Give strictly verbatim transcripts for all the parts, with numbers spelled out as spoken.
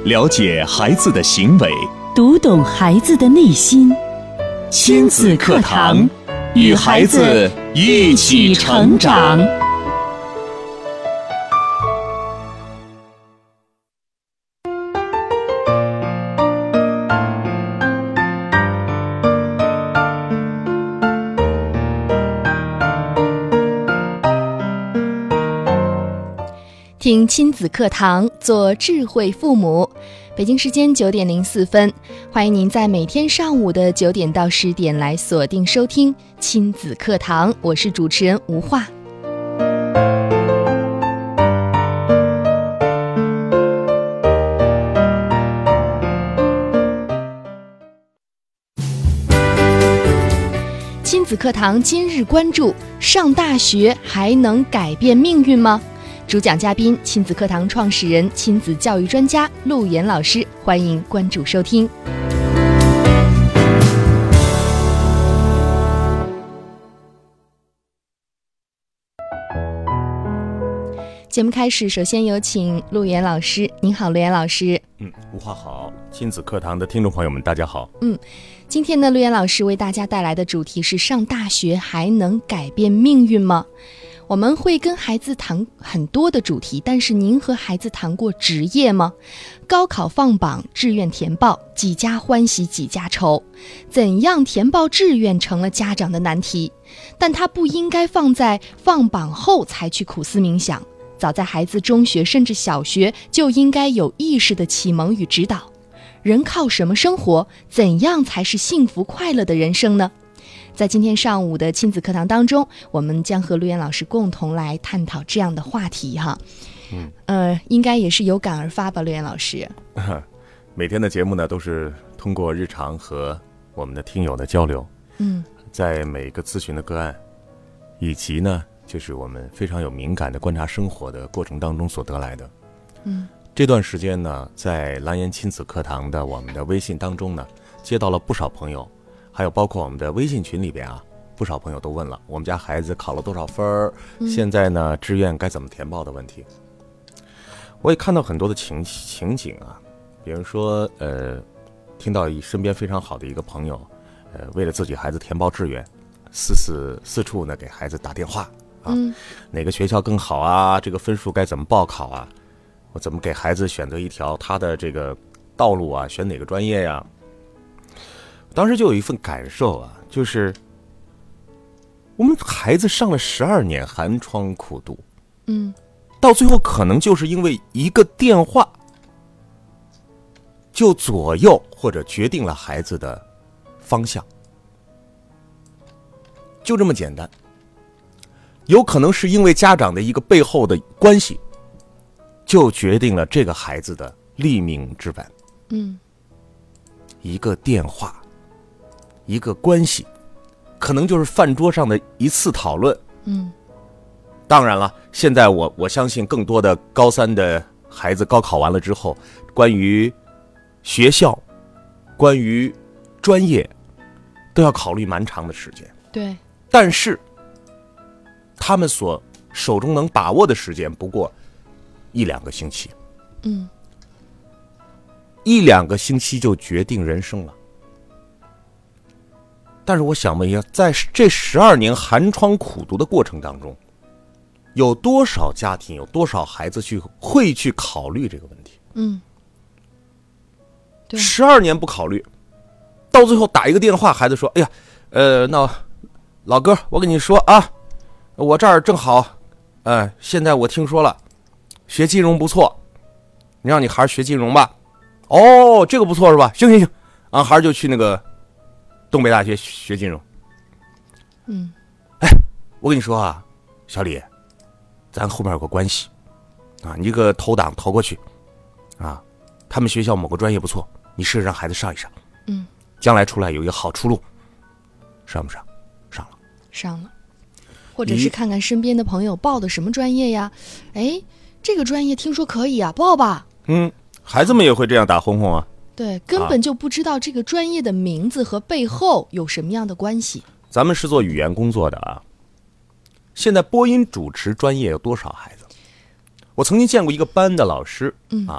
了解孩子的行为， 读懂孩子的内心。 亲子课堂，与孩子一起成长。 听亲子课堂，做智慧父母。北京时间九点零四分，欢迎您在每天上午的九点到十点来锁定收听亲子课堂，我是主持人吴化。亲子课堂今日关注：上大学还能改变命运吗？主讲嘉宾，亲子课堂创始人、亲子教育专家陆岩老师，欢迎关注收听。节目开始，首先有请陆岩老师。您好，陆岩老师。 嗯，吴话好，亲子课堂的听众朋友们，大家好。 嗯，今天呢，陆岩老师为大家带来的主题是：上大学还能改变命运吗？我们会跟孩子谈很多的主题，但是您和孩子谈过职业吗？高考放榜，志愿填报，几家欢喜几家愁，怎样填报志愿成了家长的难题，但它不应该放在放榜后才去苦思冥想，早在孩子中学甚至小学就应该有意识的启蒙与指导。人靠什么生活？怎样才是幸福快乐的人生呢？在今天上午的亲子课堂当中，我们将和陆岩老师共同来探讨这样的话题哈。嗯，呃，应该也是有感而发吧，陆岩老师。 每天的节目呢，都是通过日常和我们的听友的交流，嗯，在每个咨询的个案，以及呢，就是我们非常有敏感的观察生活的过程当中所得来的。嗯，这段时间呢，在蓝颜亲子课堂的我们的微信当中呢，接到了不少朋友。还有包括我们的微信群里边啊，不少朋友都问了我们家孩子考了多少分儿、嗯、现在呢志愿该怎么填报的问题。我也看到很多的情情景啊，比如说呃，听到身边非常好的一个朋友，呃，为了自己孩子填报志愿，四四四处呢给孩子打电话啊、嗯，哪个学校更好啊？这个分数该怎么报考啊？我怎么给孩子选择一条他的这个道路啊？选哪个专业呀？当时就有一份感受啊，就是我们孩子上了十二年寒窗苦读，嗯，到最后可能就是因为一个电话，就左右或者决定了孩子的方向，就这么简单。有可能是因为家长的一个背后的关系，就决定了这个孩子的立命之本。嗯，一个电话。一个关系，可能就是饭桌上的一次讨论。嗯，当然了，现在我我相信更多的高三的孩子高考完了之后，关于学校、关于专业，都要考虑蛮长的时间。 对， 但是他们所手中能把握的时间不过一两个星期。嗯，一两个星期就决定人生了。但是我想问一下，在这十二年寒窗苦读的过程当中，有多少家庭，有多少孩子去会去考虑这个问题？嗯，对，十二年不考虑，到最后打一个电话，孩子说：“哎呀，呃，那老哥，我跟你说啊，我这儿正好，呃，现在我听说了，学金融不错，你让你孩儿学金融吧。哦，这个不错是吧？行行行，俺孩儿就去那个。”东北大学学金融。嗯，哎，我跟你说啊，小李，咱后面有个关系啊，你这个投档投过去啊，他们学校某个专业不错，你试着让孩子上一上。嗯，将来出来有一个好出路。上不上？上了， 上了。或者是看看身边的朋友报的什么专业呀？哎，这个专业听说可以啊，报吧。 嗯，孩子们也会这样打哄哄啊。 对，根本就不知道这个专业的名字和背后有什么样的关系。 咱们是做语言工作的啊，现在播音主持专业有多少孩子？我曾经见过一个班的老师、嗯、啊，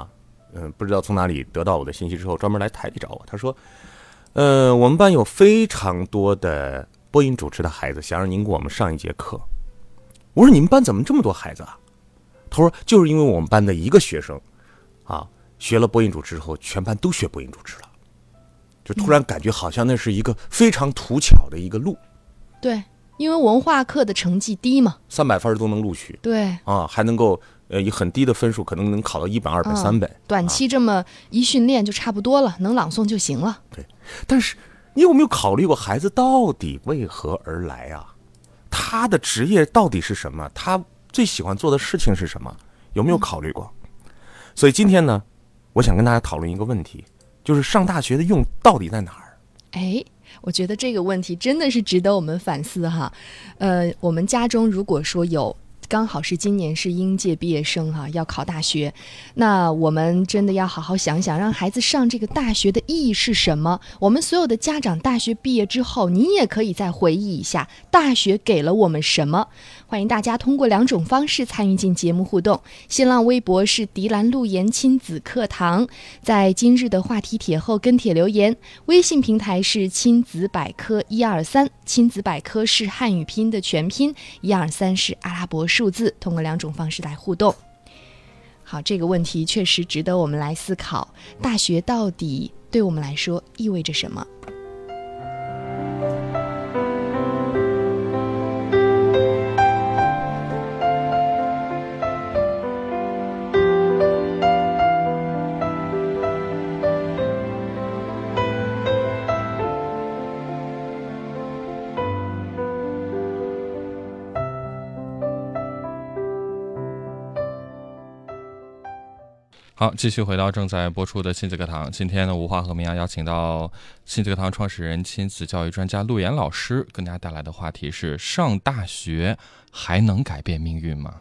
嗯、呃，不知道从哪里得到我的信息之后，专门来台里找我。他说，呃，我们班有非常多的播音主持的孩子，想让您给我们上一节课。我说你们班怎么这么多孩子啊？他说就是因为我们班的一个学生，啊，学了播音主持之后，全班都学播音主持了，就突然感觉好像那是一个非常土巧的一个路。 对，因为文化课的成绩低嘛， 三百分都能录取。 对啊，还能够呃以很低的分数，可能能考到一本、二本、三本。 短期这么一训练就差不多了，能朗诵就行了。 对，但是你有没有考虑过孩子到底为何而来啊？他的职业到底是什么？他最喜欢做的事情是什么？有没有考虑过？嗯、所以今天呢，我想跟大家讨论一个问题，就是上大学的用到底在哪儿？ 哎，我觉得这个问题真的是值得我们反思哈。呃，我们家中如果说有刚好是今年是应届毕业生哈、啊，要考大学，那我们真的要好好想想，让孩子上这个大学的意义是什么？我们所有的家长大学毕业之后，你也可以再回忆一下，大学给了我们什么？欢迎大家通过两种方式参与进节目互动。新浪微博是迪兰路言亲子课堂，在今日的话题帖后跟帖留言。微信平台是亲子百科一二三，亲子百科是汉语拼音的全拼，一二三是阿拉伯数字，通过两种方式来互动。好，这个问题确实值得我们来思考，大学到底对我们来说意味着什么？ 好，继续回到正在播出的亲子课堂。今天呢，吴华和明阳邀请到亲子课堂创始人、亲子教育专家陆岩老师，跟大家带来的话题是：上大学还能改变命运吗？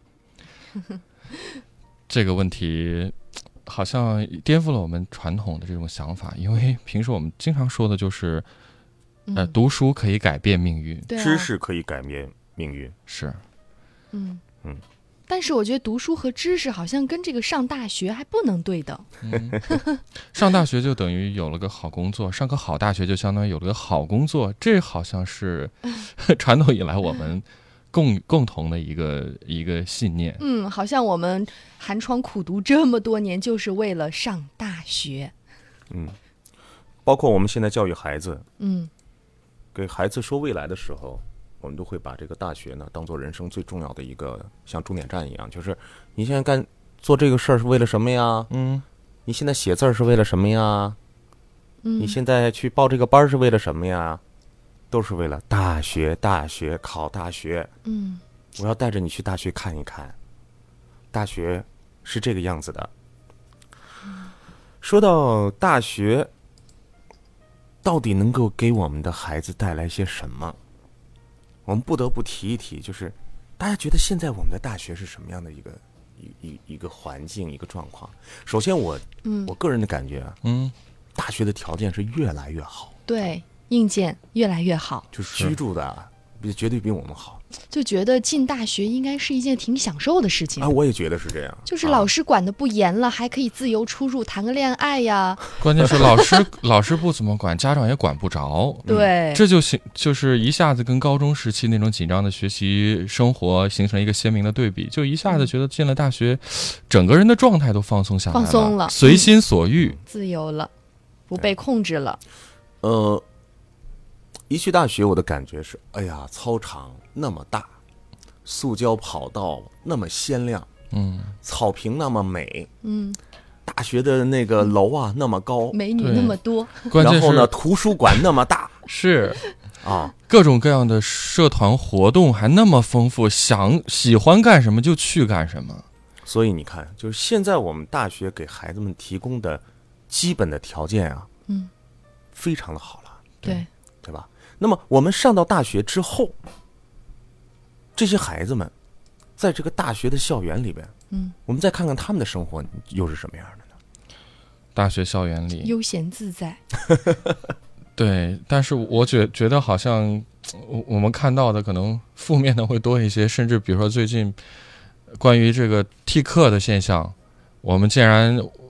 这个问题好像颠覆了我们传统的这种想法，因为平时我们经常说的就是，呃，读书可以改变命运， 对啊， 知识可以改变命运， 是， 嗯嗯。 但是我觉得读书和知识好像跟这个上大学还不能对等。 嗯、上大学就等于有了个好工作，上个好大学就相当于有了个好工作，这好像是传统以来我们共共同的一个一个信念。 嗯，好像我们寒窗苦读这么多年，就是为了上大学。 嗯，包括我们现在教育孩子， 嗯， 给孩子说未来的时候，我们都会把这个大学呢当做人生最重要的一个像终点站一样，就是你现在干做这个事儿是为了什么呀？嗯，你现在写字儿是为了什么呀？嗯，你现在去报这个班是为了什么呀？都是为了大学，大学考大学。 嗯， 我要带着你去大学看一看，大学是这个样子的。说到大学，到底能够给我们的孩子带来些什么？我们不得不提一提，就是大家觉得现在我们的大学是什么样的一个一一一个环境，一个状况？首先我，嗯，我个人的感觉啊，嗯，大学的条件是越来越好， 对，硬件越来越好， 就是居住的比绝对比我们好。 就觉得进大学应该是一件挺享受的事情啊，我也觉得是这样。 就是老师管得不严了，啊、还可以自由出入，谈个恋爱呀。 关键是老师老师不怎么管，家长也管不着。 对， 这就形就是一下子跟高中时期那种紧张的学习生活形成一个鲜明的对比，就一下子觉得进了大学，整个人的状态都放松下来了， 放松了， 随心所欲， 嗯、自由了，不被控制了。 呃。一去大学，我的感觉是，哎呀，操场那么大，塑胶跑道那么鲜亮，嗯，草坪那么美，嗯，大学的那个楼啊那么高， 美女那么多， 然后呢，图书馆那么大， 是啊，各种各样的社团活动还那么丰富，想喜欢干什么就去干什么。 所以你看，就是现在我们大学给孩子们提供的基本的条件啊，嗯，非常的好了， 对， 对吧？那么我们上到大学之后，这些孩子们在这个大学的校园里边，嗯，我们再看看他们的生活又是什么样的呢？ 大学校园里悠闲自在， 对，但是我觉觉得好像我们看到的可能负面的会多一些，甚至比如说最近关于这个替课的现象，我们竟然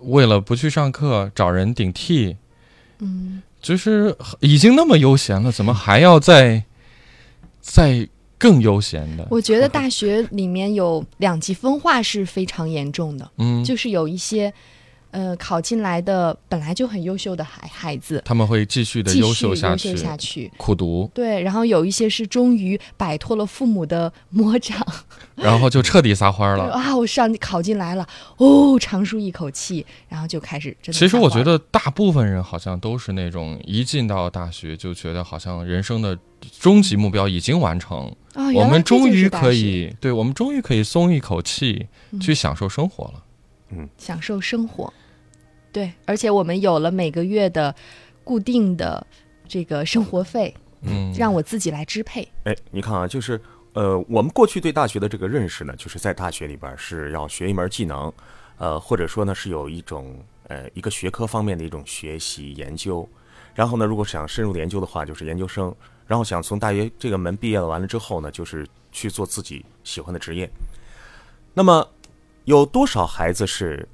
为了不去上课找人顶替， 嗯， 就是已经那么悠闲了，怎么还要再再更悠闲的？ 我觉得大学里面有两极分化是非常严重的， 嗯， 就是有一些呃考进来的本来就很优秀的孩孩子， 他们会继续的优秀下去， 优秀下去， 苦读。 对，然后有一些是终于摆脱了父母的魔掌， 然后就彻底撒欢了啊！我上考进来了，哦，长舒一口气，然后就开始真的。 其实我觉得大部分人好像都是那种一进到大学就觉得好像人生的终极目标已经完成， 哦、 我们终于可以，对我们终于可以松一口气、嗯、去享受生活了。 嗯，享受生活。对，而且我们有了每个月的固定的这个生活费，嗯，让我自己来支配。 哎，你看啊，就是呃，我们过去对大学的这个认识呢，就是在大学里边是要学一门技能，呃，或者说呢是有一种呃一个学科方面的一种学习研究。然后呢，如果想深入研究的话，就是研究生。然后想从大学这个门毕业了完了之后呢，就是去做自己喜欢的职业。那么，有多少孩子是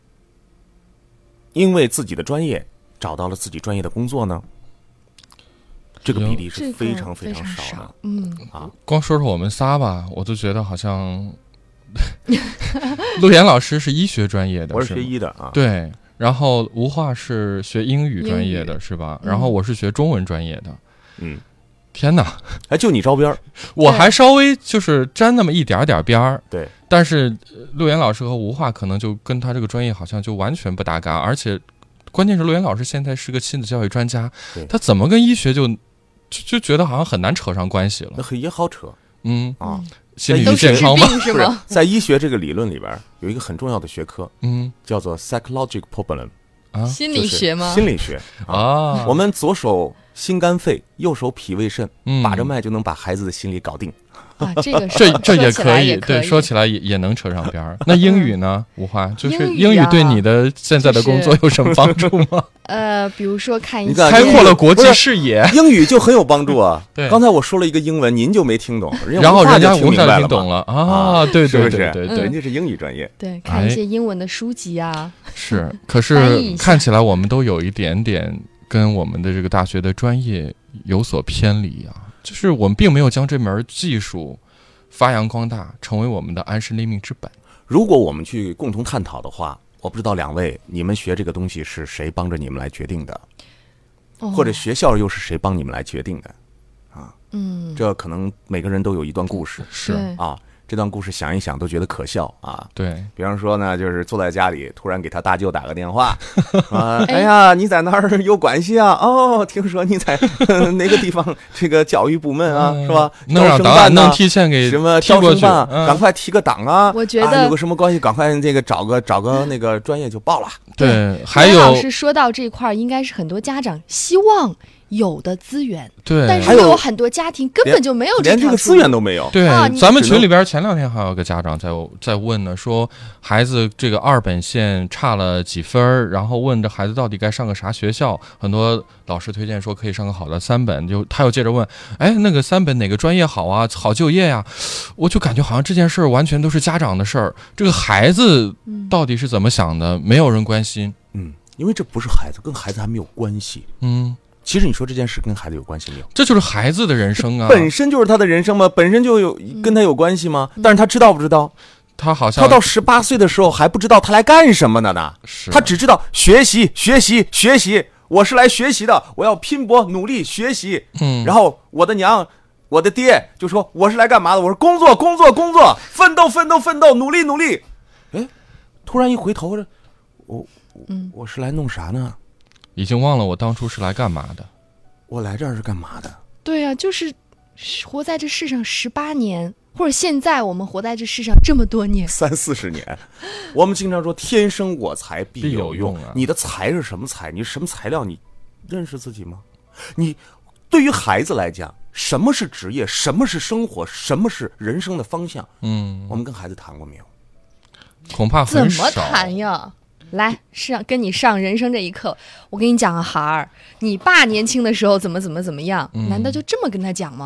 因为自己的专业找到了自己专业的工作呢？这个比例是非常非常少的。 这个、嗯啊，光说说我们仨吧，我都觉得好像陆岩老师是医学专业的， 我是学医的啊。 对，然后吴化是学英语专业的，是吧？然后我是学中文专业的。 嗯， 天哪！ 哎，就你招边儿， 我还稍微就是沾那么一点点边儿。 对， 但是陆岩老师和吴化可能就跟他这个专业好像就完全不搭嘎，而且关键是陆岩老师现在是个亲子教育专家，他怎么跟医学就就就觉得好像很难扯上关系了。 那也好扯， 嗯啊， 心理健康吗？ 是吗？ 在医学这个理论里边有一个很重要的学科， 嗯， 叫做 psychological problem， 啊， 心理学吗？ 心理学啊，我们左手心肝肺，右手脾胃肾， 嗯、 把着脉就能把孩子的心理搞定。 啊，这个这这也可以， 以对，说起来也也能扯上边儿。那英语呢？吴化，就是英语对你的现在的工作有什么帮助吗？ 呃，比如说看一些开阔了国际视野， 英语就很有帮助啊。 对， 刚才我说了一个英文，您就没听懂， 然后人家听明白了听懂了啊，对对对对对， 人家是英语专业， 对，看一些英文的书籍啊。 是，可是看起来我们都有一点点跟我们的这个大学的专业有所偏离啊，就是我们并没有将这门技术发扬光大，成为我们的安身立命之本。 如果我们去共同探讨的话，我不知道两位你们学这个东西是谁帮着你们来决定的， 哦、 或者学校又是谁帮你们来决定的啊？ 嗯， 这可能每个人都有一段故事， 是啊。这段故事想一想都觉得可笑啊！ 对， 比方说呢，就是坐在家里，突然给他大舅打个电话，啊，哎呀，你在那儿有关系啊？哦，听说你在哪个地方这个教育部门啊， 嗯、 是吧？ 能让档案能提前给什么提过去， 嗯、赶快提个档啊！ 我觉得、 啊、有个什么关系，赶快这个找个找个那个专业就报了。 对，还有老师说到这块儿，应该是很多家长希望有的资源， 对， 但是有很多家庭根本就没有连这个资源都没有。 对、啊，咱们群里边前两天还有个家长在在问呢，说孩子这个二本线差了几分，然后问这孩子到底该上个啥学校，很多老师推荐说可以上个好的三本，就他又接着问，哎，那个三本哪个专业好啊，好就业呀、啊？我就感觉好像这件事完全都是家长的事儿，这个孩子到底是怎么想的，没有人关心。 嗯，因为这不是孩子，跟孩子还没有关系。 嗯。 其实你说这件事跟孩子有关系没有？ 这就是孩子的人生啊， 本身就是他的人生吗？本身就有跟他有关系吗？ 嗯、 但是他知道不知道？ 他好像他到十八岁的时候还不知道他来干什么的呢。 是， 他只知道学习，学习，学习。我是来学习的，我要拼搏努力学习。 嗯， 然后我的娘，我的爹就说我是来干嘛的？我说工作，工作，工作，奋斗，奋斗，奋斗，努力，努力。哎，突然一回头，我， 嗯， 我是来弄啥呢？ 已经忘了我当初是来干嘛的。 我来这儿是干嘛的？ 对啊，就是活在这世上十八年，或者现在我们活在这世上这么多年， 三四十年。我们经常说天生我材必有用， 必有用啊、 你的材是什么材？你是什么材料？你认识自己吗？你对于孩子来讲，什么是职业？什么是生活？什么是人生的方向？ 嗯， 我们跟孩子谈过没有？ 恐怕很少。怎么谈呀？来上跟你上人生这一课，我跟你讲啊，孩儿，你爸年轻的时候怎么怎么怎么样、嗯，难道就这么跟他讲吗？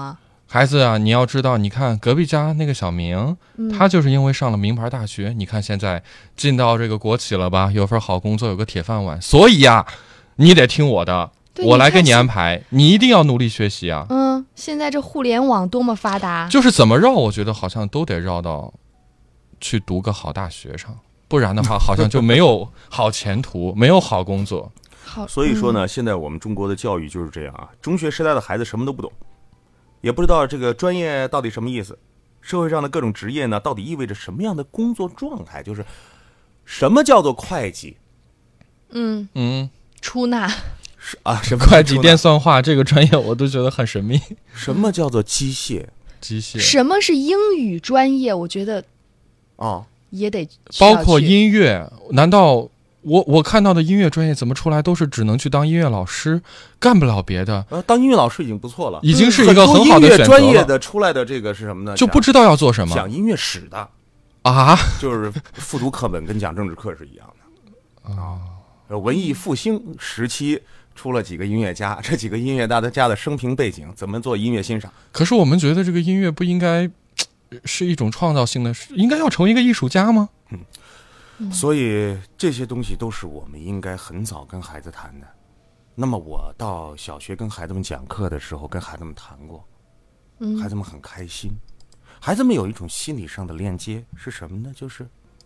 孩子啊，你要知道，你看隔壁家那个小明、嗯、他就是因为上了名牌大学，你看现在进到这个国企了吧，有份好工作，有个铁饭碗，所以呀你得听我的，我来给你安排，你一定要努力学习啊。 嗯，现在这互联网多么发达， 就是怎么绕我觉得好像都得绕到去读个好大学上，不然的话好像就没有好前途没有好工作。 好， 所以说呢、嗯、现在我们中国的教育就是这样啊，中学时代的孩子什么都不懂，也不知道这个专业到底什么意思，社会上的各种职业呢到底意味着什么样的工作状态，就是什么叫做会计， 嗯嗯， 出纳是啊，什么会计电算化这个专业我都觉得很神秘。 什么叫做机械？ 机械。 什么是英语专业？我觉得哦， 也得包括音乐，难道我我看到的音乐专业怎么出来都是只能去当音乐老师，干不了别的？ 呃，当音乐老师已经不错了， 已经是一个很好的选择了。 很多音乐专业的出来的这个是什么呢？ 就不知道要做什么。 讲音乐史的啊， 就是复读课本跟讲政治课是一样的啊。文艺复兴时期出了几个音乐家，这几个音乐家的家的生平背景，怎么做音乐欣赏？ 可是我们觉得这个音乐不应该是一种创造性的，应该要成为一个艺术家吗？ 嗯，所以这些东西都是我们应该很早跟孩子谈的。那么我到小学跟孩子们讲课的时候，跟孩子们谈过，嗯，孩子们很开心。孩子们有一种心理上的链接是什么呢？就是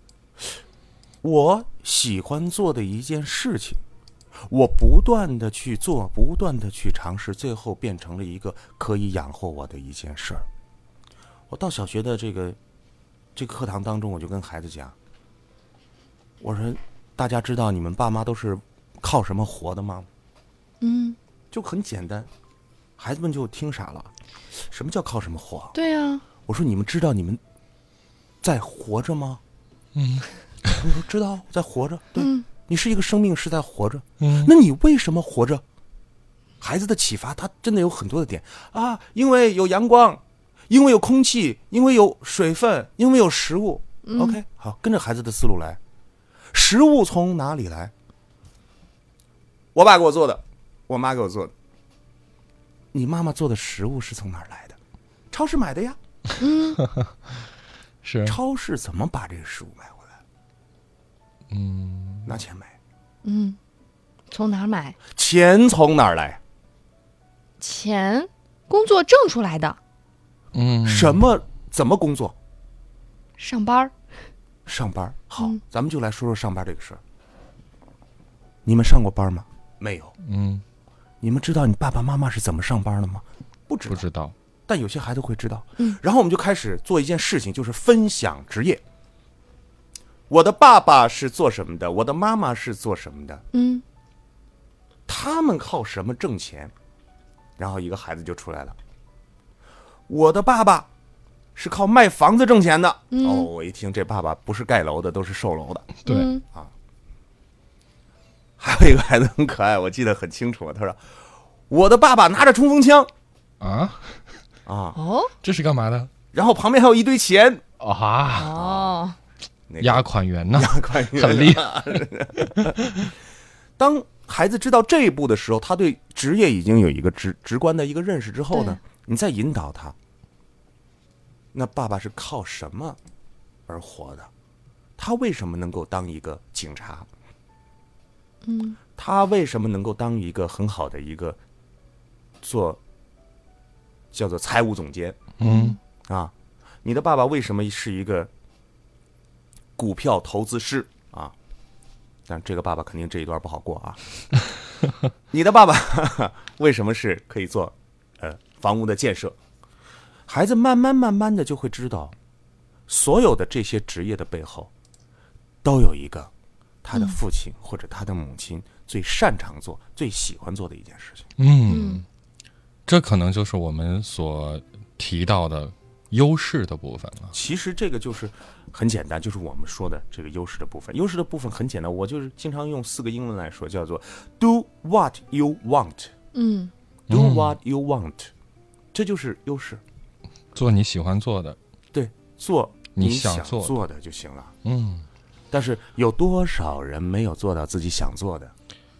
我喜欢做的一件事情，我不断的去做，不断的去尝试，最后变成了一个可以养活我的一件事儿。我到小学的这个这个课堂当中，我就跟孩子讲，我说大家知道你们爸妈都是靠什么活的吗？ 嗯， 就很简单，孩子们就听傻了，什么叫靠什么活？ 对啊， 我说你们知道你们在活着吗？ 嗯， 他们说知道，在活着。对、嗯，你是一个生命，是在活着。 嗯， 那你为什么活着？孩子的启发他真的有很多的点啊，因为有阳光，因为有空气，因为有水分，因为有食物。嗯、OK， 好，跟着孩子的思路来。食物从哪里来？我爸给我做的，我妈给我做的。你妈妈做的食物是从哪儿来的？超市买的呀。 嗯， 是。 超市怎么把这个食物买回来？ 嗯， 拿钱买。 嗯，从哪儿买？ 钱从哪儿来？ 钱，工作挣出来的。 嗯， 什么？怎么工作？ 上班。 上班。好、嗯，咱们就来说说上班这个事儿。你们上过班吗？没有。 嗯， 你们知道你爸爸妈妈是怎么上班的吗？不知道。 不知道。 但有些孩子会知道。 嗯， 然后我们就开始做一件事情，就是分享职业。我的爸爸是做什么的？我的妈妈是做什么的？ 嗯， 他们靠什么挣钱？然后一个孩子就出来了。我的爸爸是靠卖房子挣钱的。 嗯、 哦，我一听这爸爸不是盖楼的，都是售楼的。 对、 嗯、 啊。还有一个孩子很可爱，我记得很清楚。他说：“我的爸爸拿着冲锋枪。” 啊啊哦， 这是干嘛的？ 然后旁边还有一堆钱。 啊哦， 那个、 押款员呢？ 押款员很厉害。 当孩子知道这一步的时候，他对职业已经有一个直直观的一个认识之后呢，你再引导他。那爸爸是靠什么而活的？他为什么能够当一个警察？ 嗯， 他为什么能够当一个很好的一个做叫做财务总监？ 嗯啊，你的爸爸为什么是一个股票投资师啊？但这个爸爸肯定这一段不好过啊。你的爸爸为什么是可以做呃房屋的建设？孩子慢慢慢慢的就会知道，所有的这些职业的背后都有一个他的父亲或者他的母亲最擅长做、最喜欢做的一件事情。 嗯，这可能就是我们所提到的优势的部分了。 其实这个就是很简单，就是我们说的这个优势的部分。优势的部分很简单，我就是经常用四个英文来说，叫做 do what you want。 嗯 ，do what you want，、嗯、这就是优势。 做你喜欢做的， 对，做你想做的就行了。 嗯， 但是有多少人没有做到自己想做的？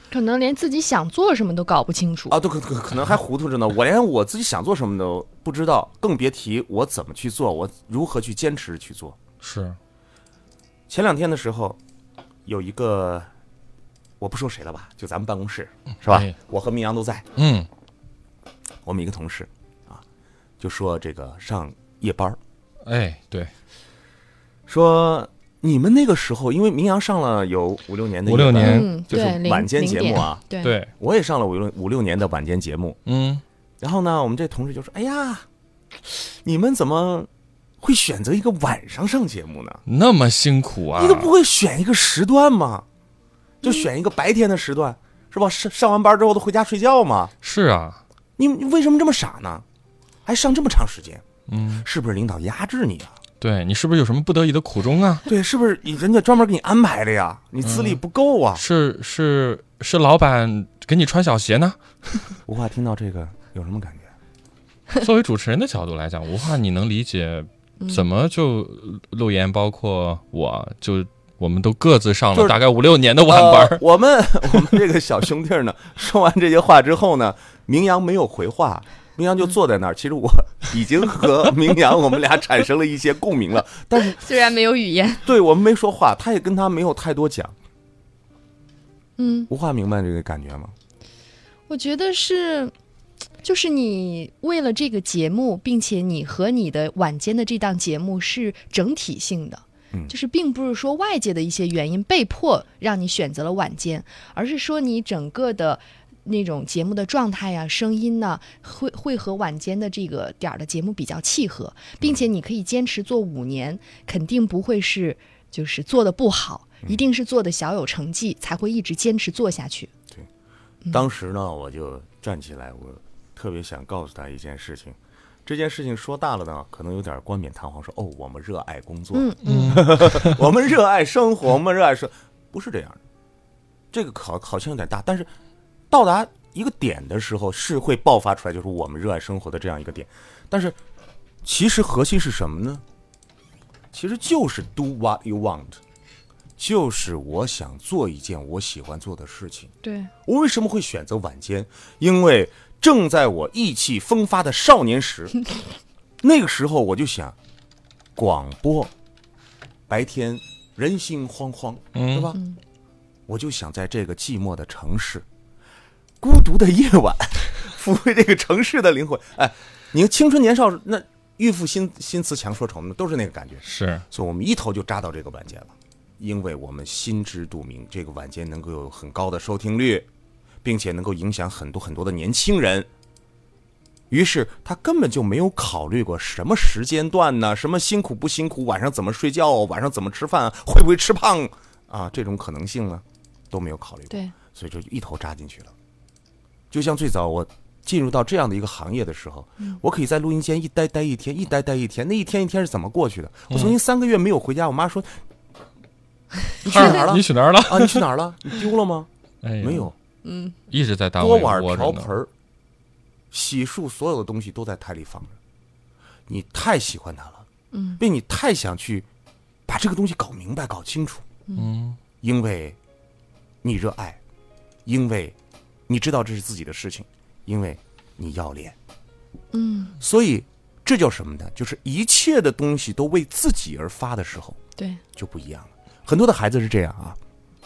可能连自己想做什么都搞不清楚啊，都可可可能还糊涂着呢。我连我自己想做什么都不知道，更别提我怎么去做，我如何去坚持去做。 是。 前两天的时候，有一个，我不说谁了吧，就咱们办公室是吧？ 哎、 我和明阳都在。 嗯， 我们一个同事啊，就说这个上夜班。 哎，对， 说。你们那个时候，因为明阳上了有五六年的五六年， 嗯、 就是晚间节目啊， 对， 对， 我也上了五六五六年的晚间节目， 嗯， 然后呢，我们这同事就说：“哎呀，你们怎么会选择一个晚上上节目呢？ 那么辛苦啊！ 你都不会选一个时段吗？就选一个白天的时段，是吧？上上完班之后都回家睡觉嘛。 是啊， 你你为什么这么傻呢？还上这么长时间？ 嗯， 是不是领导压制你啊？” 对，你是不是有什么不得已的苦衷啊？ 对，是不是人家专门给你安排的呀？你资历不够啊？ 嗯、是是是，老板给你穿小鞋呢？ 吴话听到这个有什么感觉？ 作为主持人的角度来讲，吴话你能理解怎么就陆岩，包括我就我们都各自上了大概五六年的晚班、 呃。我们我们这个小兄弟呢，说完这些话之后呢，明阳没有回话。明阳就坐在那儿，其实我已经和明阳我们俩产生了一些共鸣了，但是虽然没有语言， 对我们没说话，他也跟他没有太多讲。 嗯， 无话明白这个感觉吗？ 我觉得是，就是你为了这个节目，并且你和你的晚间的这档节目是整体性的。 嗯， 就是并不是说外界的一些原因被迫让你选择了晚间，而是说你整个的那种节目的状态呀、声音呢，会会和晚间的这个点儿的节目比较契合，并且你可以坚持做五年，肯定不会是就是做的不好，一定是做的小有成绩，才会一直坚持做下去。 对，当时呢，我就站起来，我特别想告诉他一件事情。这件事情说大了呢，可能有点冠冕堂皇，说哦，我们热爱工作， 嗯嗯， 我们热爱生活，我们热爱生，不是这样的。这个好好像有点大，但是到达一个点的时候是会爆发出来，就是我们热爱生活的这样一个点。但是其实核心是什么呢？其实就是 do what you want， 就是我想做一件我喜欢做的事情。 对， 我为什么会选择晚间？因为正在我意气风发的少年时，那个时候我就想，广播白天人心惶惶，对吧？ 嗯， 我就想在这个寂寞的城市，孤独的夜晚，抚慰这个城市的灵魂。哎，你青春年少，那欲赋新新词强说愁呢，都是那个感觉。 是， 所以我们一头就扎到这个晚间了，因为我们心知肚明，这个晚间能够有很高的收听率，并且能够影响很多很多的年轻人。于是他根本就没有考虑过什么时间段呢，什么辛苦不辛苦，晚上怎么睡觉，晚上怎么吃饭，会不会吃胖啊，这种可能性呢都没有考虑过。 对， 所以就一头扎进去了。就像最早我进入到这样的一个行业的时候，嗯、我可以在录音间一待待一天，一待待一天，那一天一天是怎么过去的？我曾经三个月没有回家，我妈说：“你去哪儿了？ 你去哪儿了？ 啊，你去哪儿了？你丢了吗？” 哎， 没有， 嗯， 一直在单位锅碗瓢窝着呢盆、洗漱，所有的东西都在台里放着。你太喜欢它了， 嗯， 并你太想去把这个东西搞明白、搞清楚， 嗯， 因为你热爱，因为你知道这是自己的事情，因为你要练， 嗯， 所以这叫什么呢？就是一切的东西都为自己而发的时候， 对， 就不一样了。很多的孩子是这样啊，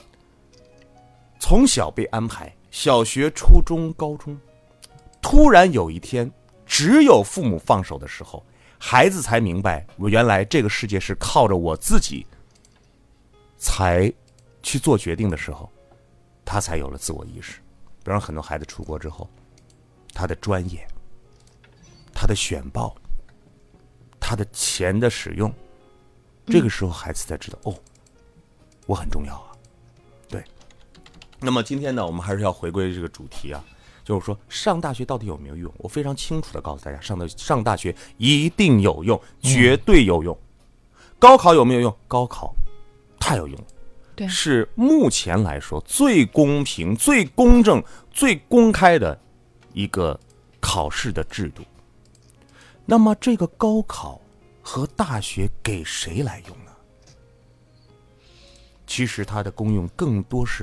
从小被安排小学、初中、高中，突然有一天，只有父母放手的时候，孩子才明白，我原来这个世界是靠着我自己才去做决定的时候，他才有了自我意识。比方很多孩子出国之后，他的专业、他的选报、他的钱的使用，这个时候孩子才知道，哦，我很重要啊。对。那么今天呢，我们还是要回归这个主题啊，就是说上大学到底有没有用？我非常清楚的告诉大家，上的上大学一定有用，绝对有用。嗯、高考有没有用？高考太有用了。 对， 是目前来说最公平、最公正、最公开的一个考试的制度。那么这个高考和大学给谁来用呢？其实它的功用更多是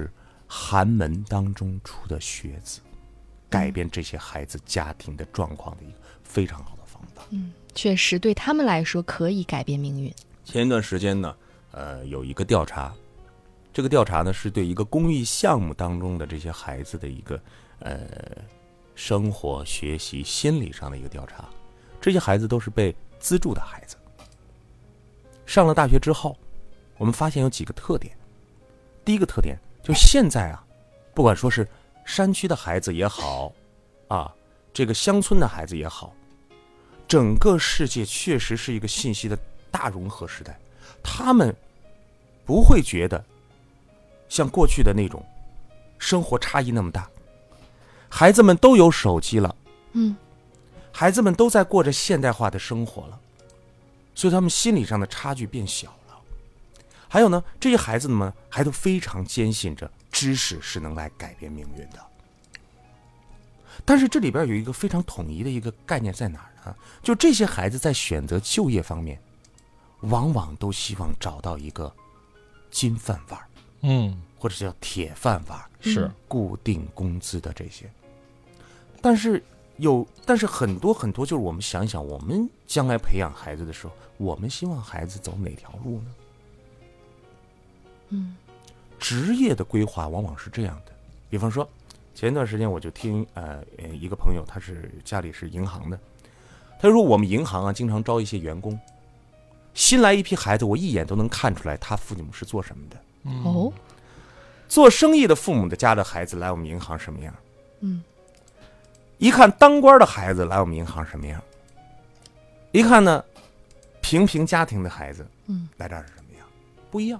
寒门当中出的学子，改变这些孩子家庭的状况的一个非常好的方法。 嗯，确实对他们来说可以改变命运。 前一段时间呢，呃，有一个调查，这个调查呢是对一个公益项目当中的这些孩子的一个呃生活、学习、心理上的一个调查。这些孩子都是被资助的孩子。上了大学之后，我们发现有几个特点。第一个特点就是现在啊，不管说是山区的孩子也好，啊，这个乡村的孩子也好，整个世界确实是一个信息的大融合时代。他们不会觉得像过去的那种生活差异那么大。孩子们都有手机了， 嗯， 孩子们都在过着现代化的生活了，所以他们心理上的差距变小了。还有呢，这些孩子们还都非常坚信着知识是能来改变命运的。但是这里边有一个非常统一的一个概念在哪儿呢？就这些孩子在选择就业方面，往往都希望找到一个金饭碗， 嗯， 或者叫铁饭碗， 是固定工资的这些。但是有，但是很多很多，就是我们想一想，我们将来培养孩子的时候，我们希望孩子走哪条路呢？ 嗯， 职业的规划往往是这样的。比方说，前一段时间我就听呃一个朋友，他是家里是银行的，他说我们银行啊经常招一些员工，新来一批孩子，我一眼都能看出来他父母是做什么的。 哦， 做生意的父母的家的孩子来我们银行什么样？ 嗯， 一看当官的孩子来我们银行什么样？一看呢，平平家庭的孩子， 嗯， 来这儿是什么样？不一样。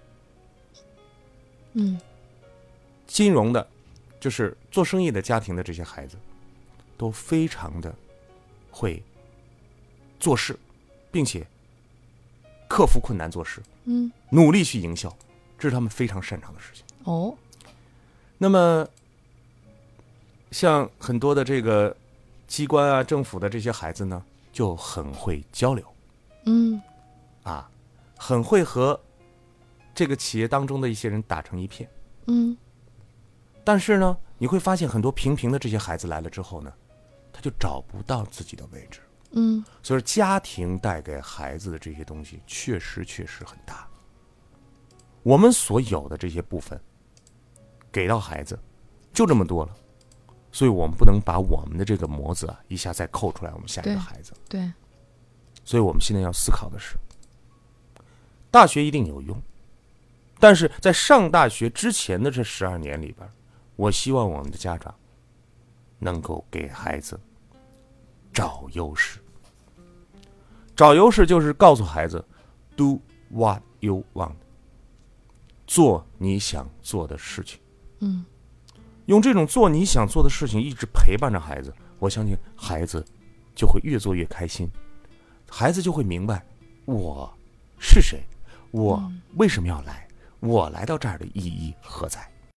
嗯， 金融的，就是做生意的家庭的这些孩子，都非常的会做事，并且克服困难做事， 嗯， 努力去营销，这是他们非常擅长的事情。 哦， 那么，像很多的这个机关啊、政府的这些孩子呢，就很会交流， 嗯， 啊，很会和这个企业当中的一些人打成一片。 嗯， 但是呢，你会发现很多平平的这些孩子来了之后呢，他就找不到自己的位置。 嗯， 所以家庭带给孩子的这些东西确实确实很大。我们所有的这些部分给到孩子就这么多了，所以我们不能把我们的这个模子啊一下再扣出来我们下一个孩子。 对， 所以我们现在要思考的是，大学一定有用，但是在上大学之前的这十二年里边，我希望我们的家长能够给孩子找优势。找优势就是告诉孩子 do what you want， 做你想做的事情。 嗯， 用这种做你想做的事情一直陪伴着孩子，我相信孩子就会越做越开心，孩子就会明白我是谁，我为什么要来，我来到这儿的意义何在。